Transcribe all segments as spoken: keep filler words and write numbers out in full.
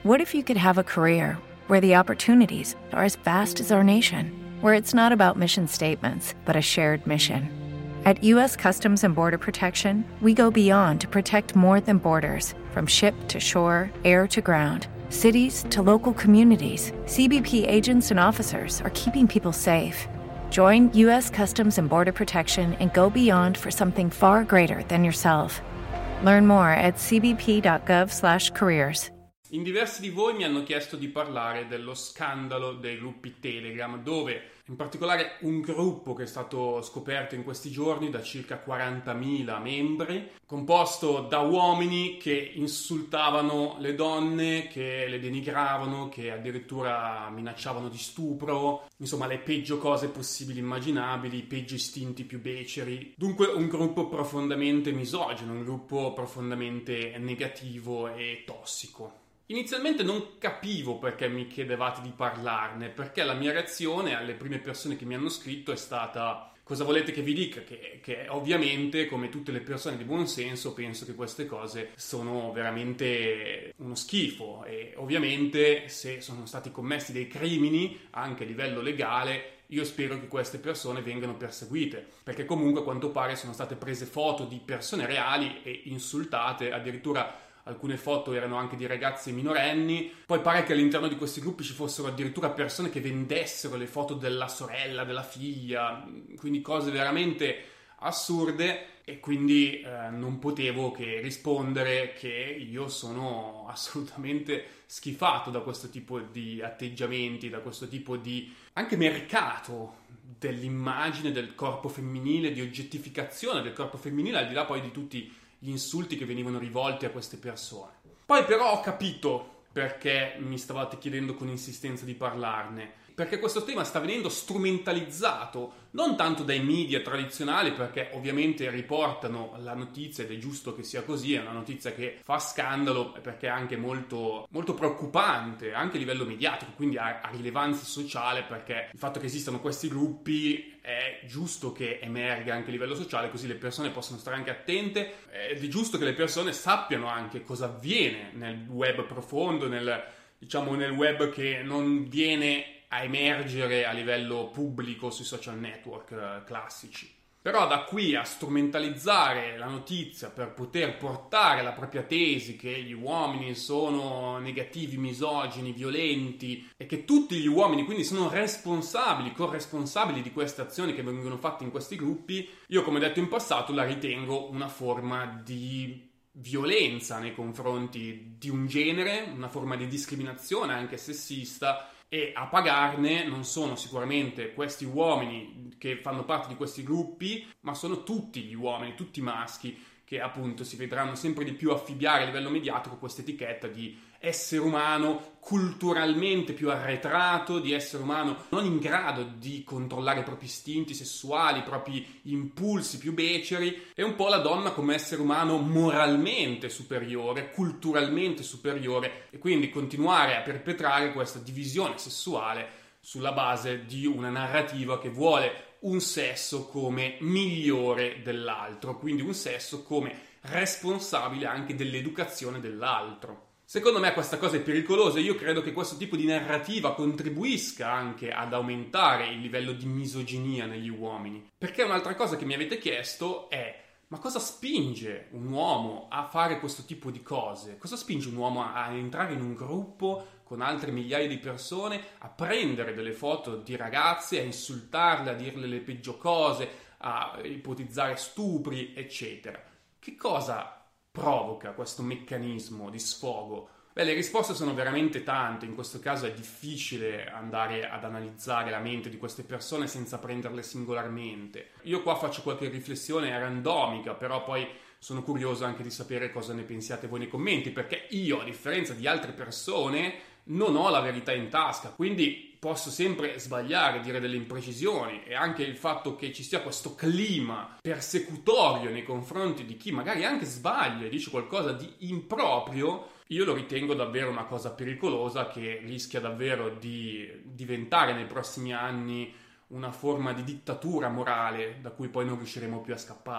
What if you could have a career where the opportunities are as vast as our nation, where it's not about mission statements, but a shared mission? At U S Customs and Border Protection, we go beyond to protect more than borders. From ship to shore, air to ground, cities to local communities, C B P agents and officers are keeping people safe. Join U S Customs and Border Protection and go beyond for something far greater than yourself. Learn more at c b p dot gov slash careers. In diversi di voi mi hanno chiesto di parlare dello scandalo dei gruppi Telegram, dove in particolare un gruppo che è stato scoperto in questi giorni da circa quarantamila membri, composto da uomini che insultavano le donne, che le denigravano, che addirittura minacciavano di stupro, insomma le peggio cose possibili e immaginabili, i peggi istinti più beceri. Dunque un gruppo profondamente misogino, un gruppo profondamente negativo e tossico. Inizialmente non capivo perché mi chiedevate di parlarne, perché la mia reazione alle prime persone che mi hanno scritto è stata: cosa volete che vi dica? Che, che ovviamente, come tutte le persone di buon senso, penso che queste cose sono veramente uno schifo, e ovviamente se sono stati commessi dei crimini anche a livello legale, io spero che queste persone vengano perseguite, perché comunque a quanto pare sono state prese foto di persone reali e insultate, addirittura alcune foto erano anche di ragazzi minorenni. Poi pare che all'interno di questi gruppi ci fossero addirittura persone che vendessero le foto della sorella, della figlia, quindi cose veramente assurde, e quindi eh, non potevo che rispondere che io sono assolutamente schifato da questo tipo di atteggiamenti, da questo tipo di anche mercato dell'immagine del corpo femminile, di oggettificazione del corpo femminile, al di là poi di tutti gli insulti che venivano rivolti a queste persone. Poi però ho capito perché mi stavate chiedendo con insistenza di parlarne, perché questo tema sta venendo strumentalizzato non tanto dai media tradizionali, perché ovviamente riportano la notizia ed è giusto che sia così, è una notizia che fa scandalo perché è anche molto, molto preoccupante anche a livello mediatico, quindi ha, ha rilevanza sociale, perché il fatto che esistano questi gruppi è giusto che emerga anche a livello sociale, così le persone possono stare anche attente, ed è giusto che le persone sappiano anche cosa avviene nel web profondo, nel, diciamo nel web che non viene a emergere a livello pubblico sui social network eh, classici. Però da qui a strumentalizzare la notizia per poter portare la propria tesi che gli uomini sono negativi, misogini, violenti, e che tutti gli uomini quindi sono responsabili, corresponsabili di queste azioni che vengono fatte in questi gruppi, io, come detto in passato, la ritengo una forma di violenza nei confronti di un genere, una forma di discriminazione anche sessista, e a pagarne non sono sicuramente questi uomini che fanno parte di questi gruppi, ma sono tutti gli uomini, tutti i maschi, che appunto si vedranno sempre di più affibbiare a livello mediatico questa etichetta di essere umano culturalmente più arretrato, di essere umano non in grado di controllare i propri istinti sessuali, i propri impulsi più beceri, e un po' la donna come essere umano moralmente superiore, culturalmente superiore, e quindi continuare a perpetrare questa divisione sessuale sulla base di una narrativa che vuole un sesso come migliore dell'altro, quindi un sesso come responsabile anche dell'educazione dell'altro. Secondo me questa cosa è pericolosa, e io credo che questo tipo di narrativa contribuisca anche ad aumentare il livello di misoginia negli uomini. Perché un'altra cosa che mi avete chiesto è: ma cosa spinge un uomo a fare questo tipo di cose? Cosa spinge un uomo a, a entrare in un gruppo con altre migliaia di persone, a prendere delle foto di ragazze, a insultarle, a dirle le peggio cose, a ipotizzare stupri, eccetera? Che cosa provoca questo meccanismo di sfogo? Beh, le risposte sono veramente tante. In questo caso è difficile andare ad analizzare la mente di queste persone senza prenderle singolarmente. Io qua faccio qualche riflessione randomica, però poi sono curioso anche di sapere cosa ne pensiate voi nei commenti, perché io, a differenza di altre persone, non ho la verità in tasca, quindi posso sempre sbagliare, dire delle imprecisioni, e anche il fatto che ci sia questo clima persecutorio nei confronti di chi magari anche sbaglia e dice qualcosa di improprio, io lo ritengo davvero una cosa pericolosa, che rischia davvero di diventare nei prossimi anni una forma di dittatura morale da cui poi non riusciremo più a scappare.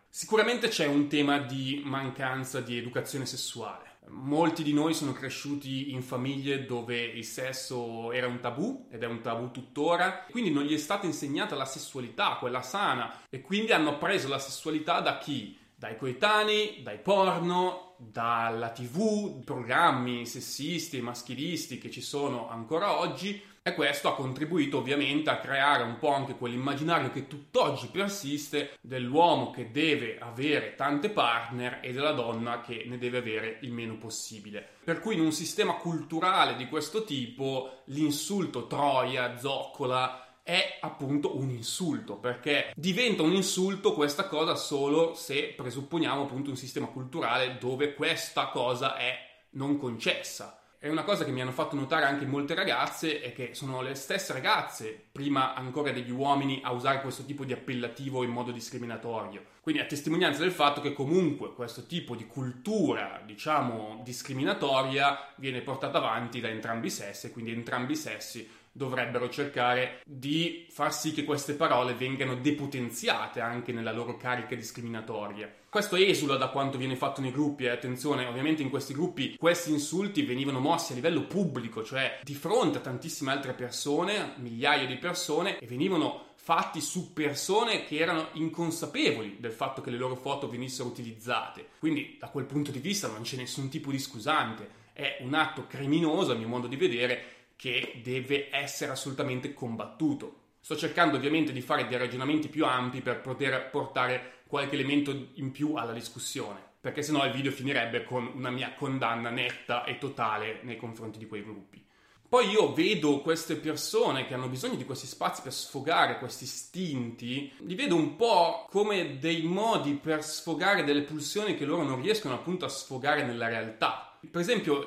Sicuramente c'è un tema di mancanza di educazione sessuale. Molti di noi sono cresciuti in famiglie dove il sesso era un tabù ed è un tabù tuttora, quindi non gli è stata insegnata la sessualità, quella sana, e quindi hanno preso la sessualità da chi? Dai coetanei, dai porno, dalla tivù, programmi sessisti e maschilisti che ci sono ancora oggi, e questo ha contribuito ovviamente a creare un po' anche quell'immaginario che tutt'oggi persiste dell'uomo che deve avere tante partner e della donna che ne deve avere il meno possibile. Per cui in un sistema culturale di questo tipo l'insulto troia, zoccola, è appunto un insulto, perché diventa un insulto questa cosa solo se presupponiamo appunto un sistema culturale dove questa cosa è non concessa. È una cosa che mi hanno fatto notare anche molte ragazze, è che sono le stesse ragazze, prima ancora degli uomini, a usare questo tipo di appellativo in modo discriminatorio. Quindi a testimonianza del fatto che comunque questo tipo di cultura, diciamo, discriminatoria viene portata avanti da entrambi i sessi, e quindi entrambi i sessi dovrebbero cercare di far sì che queste parole vengano depotenziate anche nella loro carica discriminatoria. Questo esula da quanto viene fatto nei gruppi, e attenzione, ovviamente in questi gruppi questi insulti venivano mossi a livello pubblico, cioè di fronte a tantissime altre persone, migliaia di persone, e venivano fatti su persone che erano inconsapevoli del fatto che le loro foto venissero utilizzate. Quindi da quel punto di vista non c'è nessun tipo di scusante, è un atto criminoso a mio modo di vedere, che deve essere assolutamente combattuto. Sto cercando ovviamente di fare dei ragionamenti più ampi per poter portare qualche elemento in più alla discussione, perché sennò il video finirebbe con una mia condanna netta e totale nei confronti di quei gruppi. Poi io vedo queste persone che hanno bisogno di questi spazi per sfogare questi istinti, li vedo un po' come dei modi per sfogare delle pulsioni che loro non riescono appunto a sfogare nella realtà. Per esempio,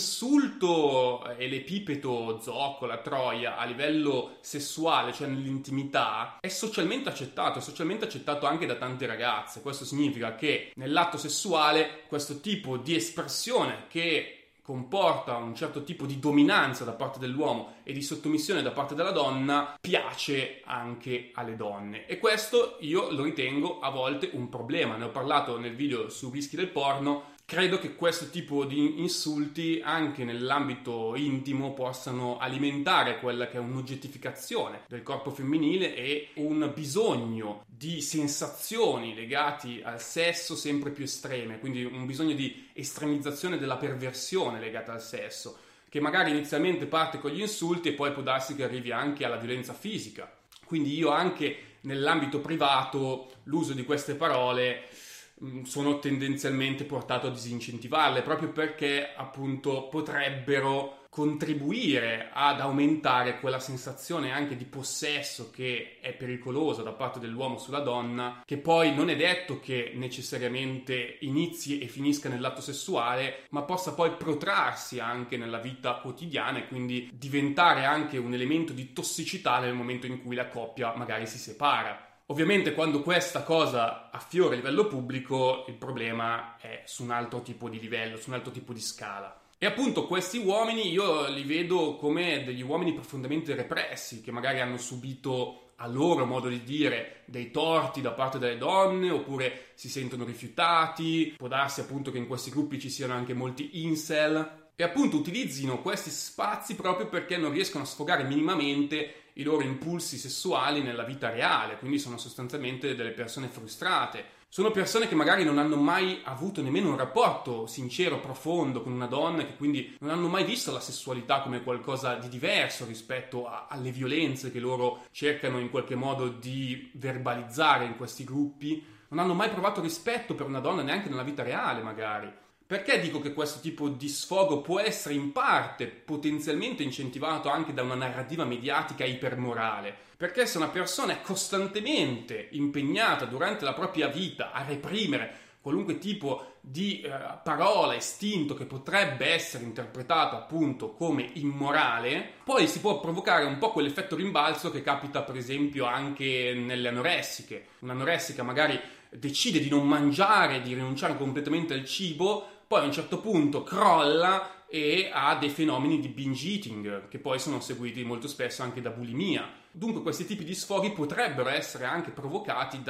l'insulto e l'epiteto zoccola, troia a livello sessuale, cioè nell'intimità, è socialmente accettato, è socialmente accettato anche da tante ragazze. Questo significa che nell'atto sessuale questo tipo di espressione che comporta un certo tipo di dominanza da parte dell'uomo e di sottomissione da parte della donna piace anche alle donne, e questo io lo ritengo a volte un problema. Ne ho parlato nel video sui rischi del porno. Credo che questo tipo di insulti anche nell'ambito intimo possano alimentare quella che è un'oggettificazione del corpo femminile e un bisogno di sensazioni legati al sesso sempre più estreme, quindi un bisogno di estremizzazione della perversione legata al sesso, che magari inizialmente parte con gli insulti e poi può darsi che arrivi anche alla violenza fisica. Quindi io anche nell'ambito privato l'uso di queste parole sono tendenzialmente portato a disincentivarle, proprio perché appunto potrebbero contribuire ad aumentare quella sensazione anche di possesso che è pericolosa da parte dell'uomo sulla donna, che poi non è detto che necessariamente inizi e finisca nell'atto sessuale, ma possa poi protrarsi anche nella vita quotidiana e quindi diventare anche un elemento di tossicità nel momento in cui la coppia magari si separa. Ovviamente quando questa cosa affiora a livello pubblico il problema è su un altro tipo di livello, su un altro tipo di scala. E appunto questi uomini io li vedo come degli uomini profondamente repressi, che magari hanno subito a loro modo di dire dei torti da parte delle donne, oppure si sentono rifiutati. Può darsi appunto che in questi gruppi ci siano anche molti incel, e appunto utilizzino questi spazi proprio perché non riescono a sfogare minimamente i loro impulsi sessuali nella vita reale, quindi sono sostanzialmente delle persone frustrate. Sono persone che magari non hanno mai avuto nemmeno un rapporto sincero, profondo con una donna, che quindi non hanno mai visto la sessualità come qualcosa di diverso rispetto a, alle violenze che loro cercano in qualche modo di verbalizzare in questi gruppi. Non hanno mai provato rispetto per una donna neanche nella vita reale magari. Perché dico che questo tipo di sfogo può essere in parte potenzialmente incentivato anche da una narrativa mediatica ipermorale? Perché se una persona è costantemente impegnata durante la propria vita a reprimere qualunque tipo di eh, parola, istinto che potrebbe essere interpretato appunto come immorale, poi si può provocare un po' quell'effetto rimbalzo che capita per esempio anche nelle anoressiche. Un'anoressica magari decide di non mangiare, di rinunciare completamente al cibo, poi a un certo punto crolla e ha dei fenomeni di binge eating, che poi sono seguiti molto spesso anche da bulimia. Dunque questi tipi di sfoghi potrebbero essere anche provocati da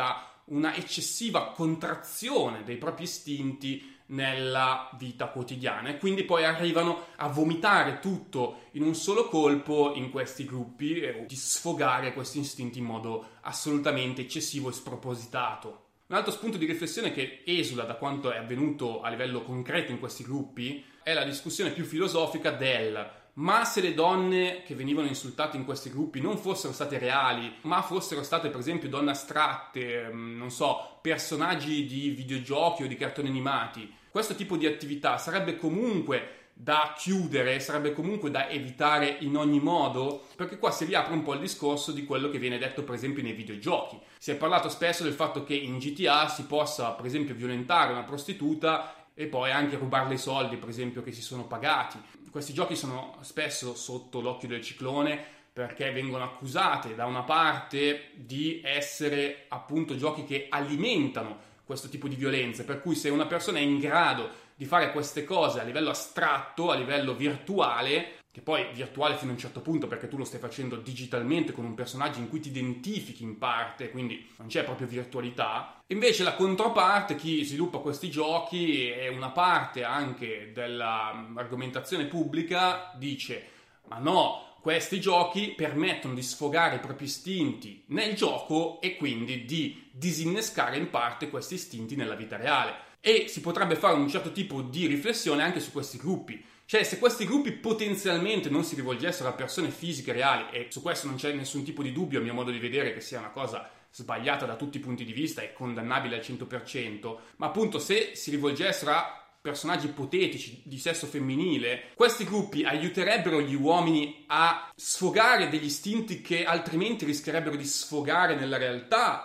una eccessiva contrazione dei propri istinti nella vita quotidiana e quindi poi arrivano a vomitare tutto in un solo colpo in questi gruppi e di sfogare questi istinti in modo assolutamente eccessivo e spropositato. Un altro spunto di riflessione che esula da quanto è avvenuto a livello concreto in questi gruppi è la discussione più filosofica del ma se le donne che venivano insultate in questi gruppi non fossero state reali, ma fossero state per esempio donne astratte, non so, personaggi di videogiochi o di cartoni animati, questo tipo di attività sarebbe comunque da chiudere, sarebbe comunque da evitare in ogni modo, perché qua si riapre un po' il discorso di quello che viene detto per esempio nei videogiochi. Si è parlato spesso del fatto che in G T A si possa per esempio violentare una prostituta e poi anche rubarle i soldi, per esempio, che si sono pagati. Questi giochi sono spesso sotto l'occhio del ciclone perché vengono accusate da una parte di essere appunto giochi che alimentano questo tipo di violenze, per cui se una persona è in grado di fare queste cose a livello astratto, a livello virtuale, che poi virtuale fino a un certo punto perché tu lo stai facendo digitalmente con un personaggio in cui ti identifichi in parte, quindi non c'è proprio virtualità. Invece la controparte, chi sviluppa questi giochi e una parte anche dell'argomentazione pubblica dice ma no, questi giochi permettono di sfogare i propri istinti nel gioco e quindi di disinnescare in parte questi istinti nella vita reale. E si potrebbe fare un certo tipo di riflessione anche su questi gruppi. Cioè, se questi gruppi potenzialmente non si rivolgessero a persone fisiche reali, e su questo non c'è nessun tipo di dubbio a mio modo di vedere che sia una cosa sbagliata da tutti i punti di vista e condannabile al cento per cento, ma appunto se si rivolgessero a personaggi ipotetici di sesso femminile, questi gruppi aiuterebbero gli uomini a sfogare degli istinti che altrimenti rischierebbero di sfogare nella realtà?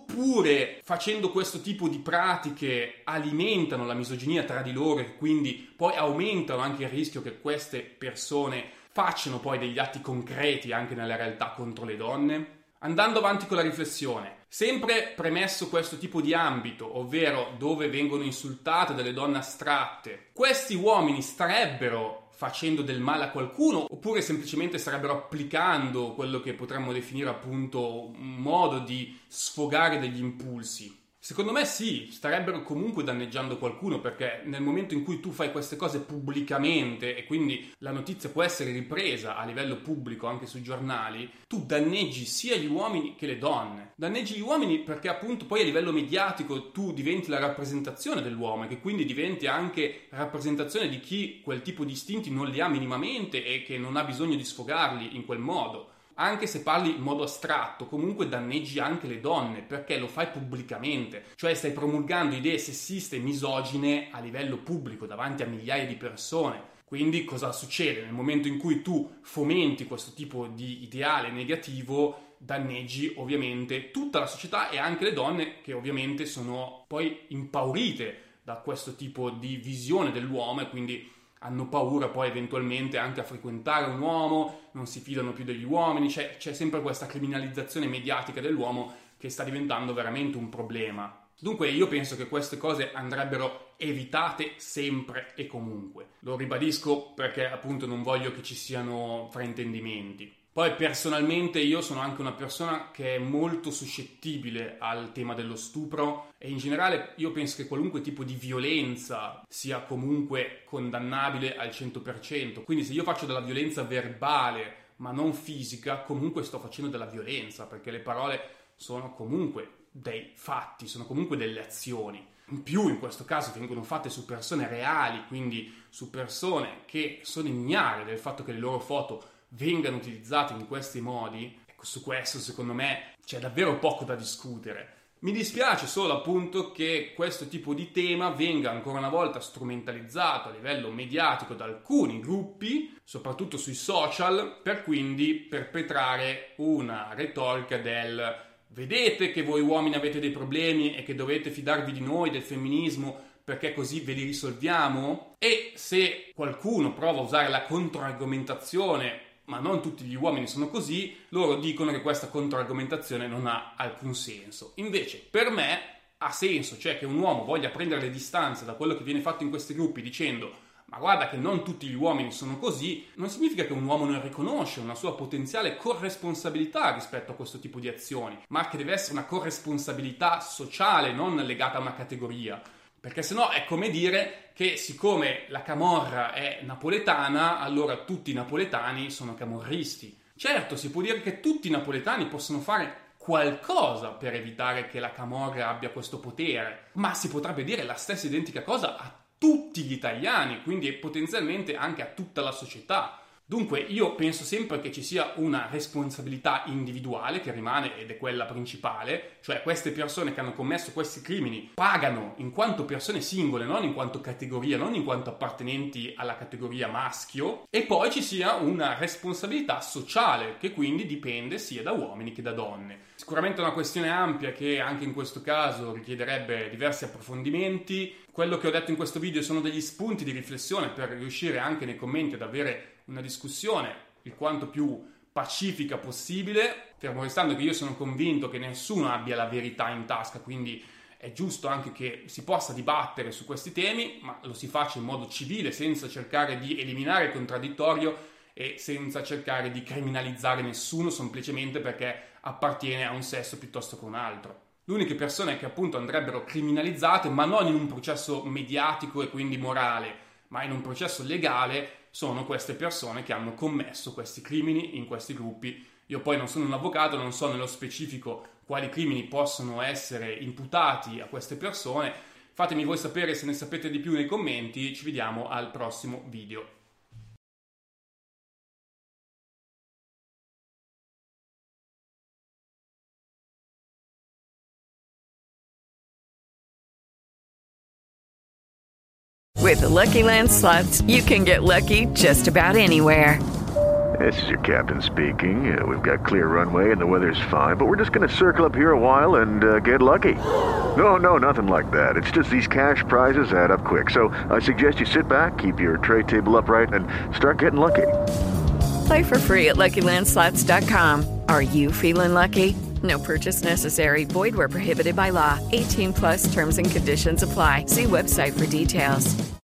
Oppure facendo questo tipo di pratiche alimentano la misoginia tra di loro e quindi poi aumentano anche il rischio che queste persone facciano poi degli atti concreti anche nella realtà contro le donne? Andando avanti con la riflessione, sempre premesso questo tipo di ambito, ovvero dove vengono insultate delle donne astratte, questi uomini starebbero facendo del male a qualcuno oppure semplicemente starebbero applicando quello che potremmo definire appunto un modo di sfogare degli impulsi? Secondo me sì, starebbero comunque danneggiando qualcuno, perché nel momento in cui tu fai queste cose pubblicamente e quindi la notizia può essere ripresa a livello pubblico anche sui giornali, tu danneggi sia gli uomini che le donne. Danneggi gli uomini perché appunto poi a livello mediatico tu diventi la rappresentazione dell'uomo e che quindi diventi anche rappresentazione di chi quel tipo di istinti non li ha minimamente e che non ha bisogno di sfogarli in quel modo. Anche se parli in modo astratto, comunque danneggi anche le donne perché lo fai pubblicamente, cioè stai promulgando idee sessiste e misogine a livello pubblico davanti a migliaia di persone. Quindi cosa succede? Nel momento in cui tu fomenti questo tipo di ideale negativo, danneggi ovviamente tutta la società e anche le donne che ovviamente sono poi impaurite da questo tipo di visione dell'uomo e quindi hanno paura poi eventualmente anche a frequentare un uomo, non si fidano più degli uomini, c'è, c'è sempre questa criminalizzazione mediatica dell'uomo che sta diventando veramente un problema. Dunque io penso che queste cose andrebbero evitate sempre e comunque. Lo ribadisco perché appunto non voglio che ci siano fraintendimenti. Poi personalmente io sono anche una persona che è molto suscettibile al tema dello stupro e in generale io penso che qualunque tipo di violenza sia comunque condannabile al cento per cento. Quindi se io faccio della violenza verbale ma non fisica, comunque sto facendo della violenza, perché le parole sono comunque dei fatti, sono comunque delle azioni. In più in questo caso vengono fatte su persone reali, quindi su persone che sono ignare del fatto che le loro foto vengano utilizzate in questi modi. Ecco, su questo secondo me c'è davvero poco da discutere. Mi dispiace solo appunto che questo tipo di tema venga ancora una volta strumentalizzato a livello mediatico da alcuni gruppi, soprattutto sui social, per quindi perpetrare una retorica del vedete che voi uomini avete dei problemi e che dovete fidarvi di noi, del femminismo, perché così ve li risolviamo. E se qualcuno prova a usare la controargomentazione ma non tutti gli uomini sono così, loro dicono che questa controargomentazione non ha alcun senso. Invece, per me ha senso, cioè che un uomo voglia prendere le distanze da quello che viene fatto in questi gruppi dicendo ma guarda che non tutti gli uomini sono così, non significa che un uomo non riconosce una sua potenziale corresponsabilità rispetto a questo tipo di azioni, ma che deve essere una corresponsabilità sociale, non legata a una categoria. Perché sennò è come dire che siccome la camorra è napoletana, allora tutti i napoletani sono camorristi. Certo, si può dire che tutti i napoletani possono fare qualcosa per evitare che la camorra abbia questo potere, ma si potrebbe dire la stessa identica cosa a tutti gli italiani, quindi potenzialmente anche a tutta la società. Dunque io penso sempre che ci sia una responsabilità individuale che rimane ed è quella principale, cioè queste persone che hanno commesso questi crimini pagano in quanto persone singole, non in quanto categoria, non in quanto appartenenti alla categoria maschio, e poi ci sia una responsabilità sociale che quindi dipende sia da uomini che da donne. Sicuramente è una questione ampia che anche in questo caso richiederebbe diversi approfondimenti. Quello che ho detto in questo video sono degli spunti di riflessione per riuscire anche nei commenti ad avere una discussione il quanto più pacifica possibile, fermo restando che io sono convinto che nessuno abbia la verità in tasca, quindi è giusto anche che si possa dibattere su questi temi, ma lo si faccia in modo civile, senza cercare di eliminare il contraddittorio e senza cercare di criminalizzare nessuno semplicemente perché appartiene a un sesso piuttosto che un altro. Le uniche persone che appunto andrebbero criminalizzate, ma non in un processo mediatico e quindi morale, ma in un processo legale, sono queste persone che hanno commesso questi crimini in questi gruppi. Io poi non sono un avvocato, non so nello specifico quali crimini possono essere imputati a queste persone. Fatemi voi sapere se ne sapete di più nei commenti. Ci vediamo al prossimo video. With the Lucky Land Slots, you can get lucky just about anywhere. This is your captain speaking. Uh, we've got clear runway and the weather's fine, but we're just going to circle up here a while and uh, get lucky. No, no, nothing like that. It's just these cash prizes add up quick. So I suggest you sit back, keep your tray table upright, and start getting lucky. Play for free at Lucky Land Slots dot com. Are you feeling lucky? No purchase necessary. Void where prohibited by law. eighteen plus terms and conditions apply. See website for details.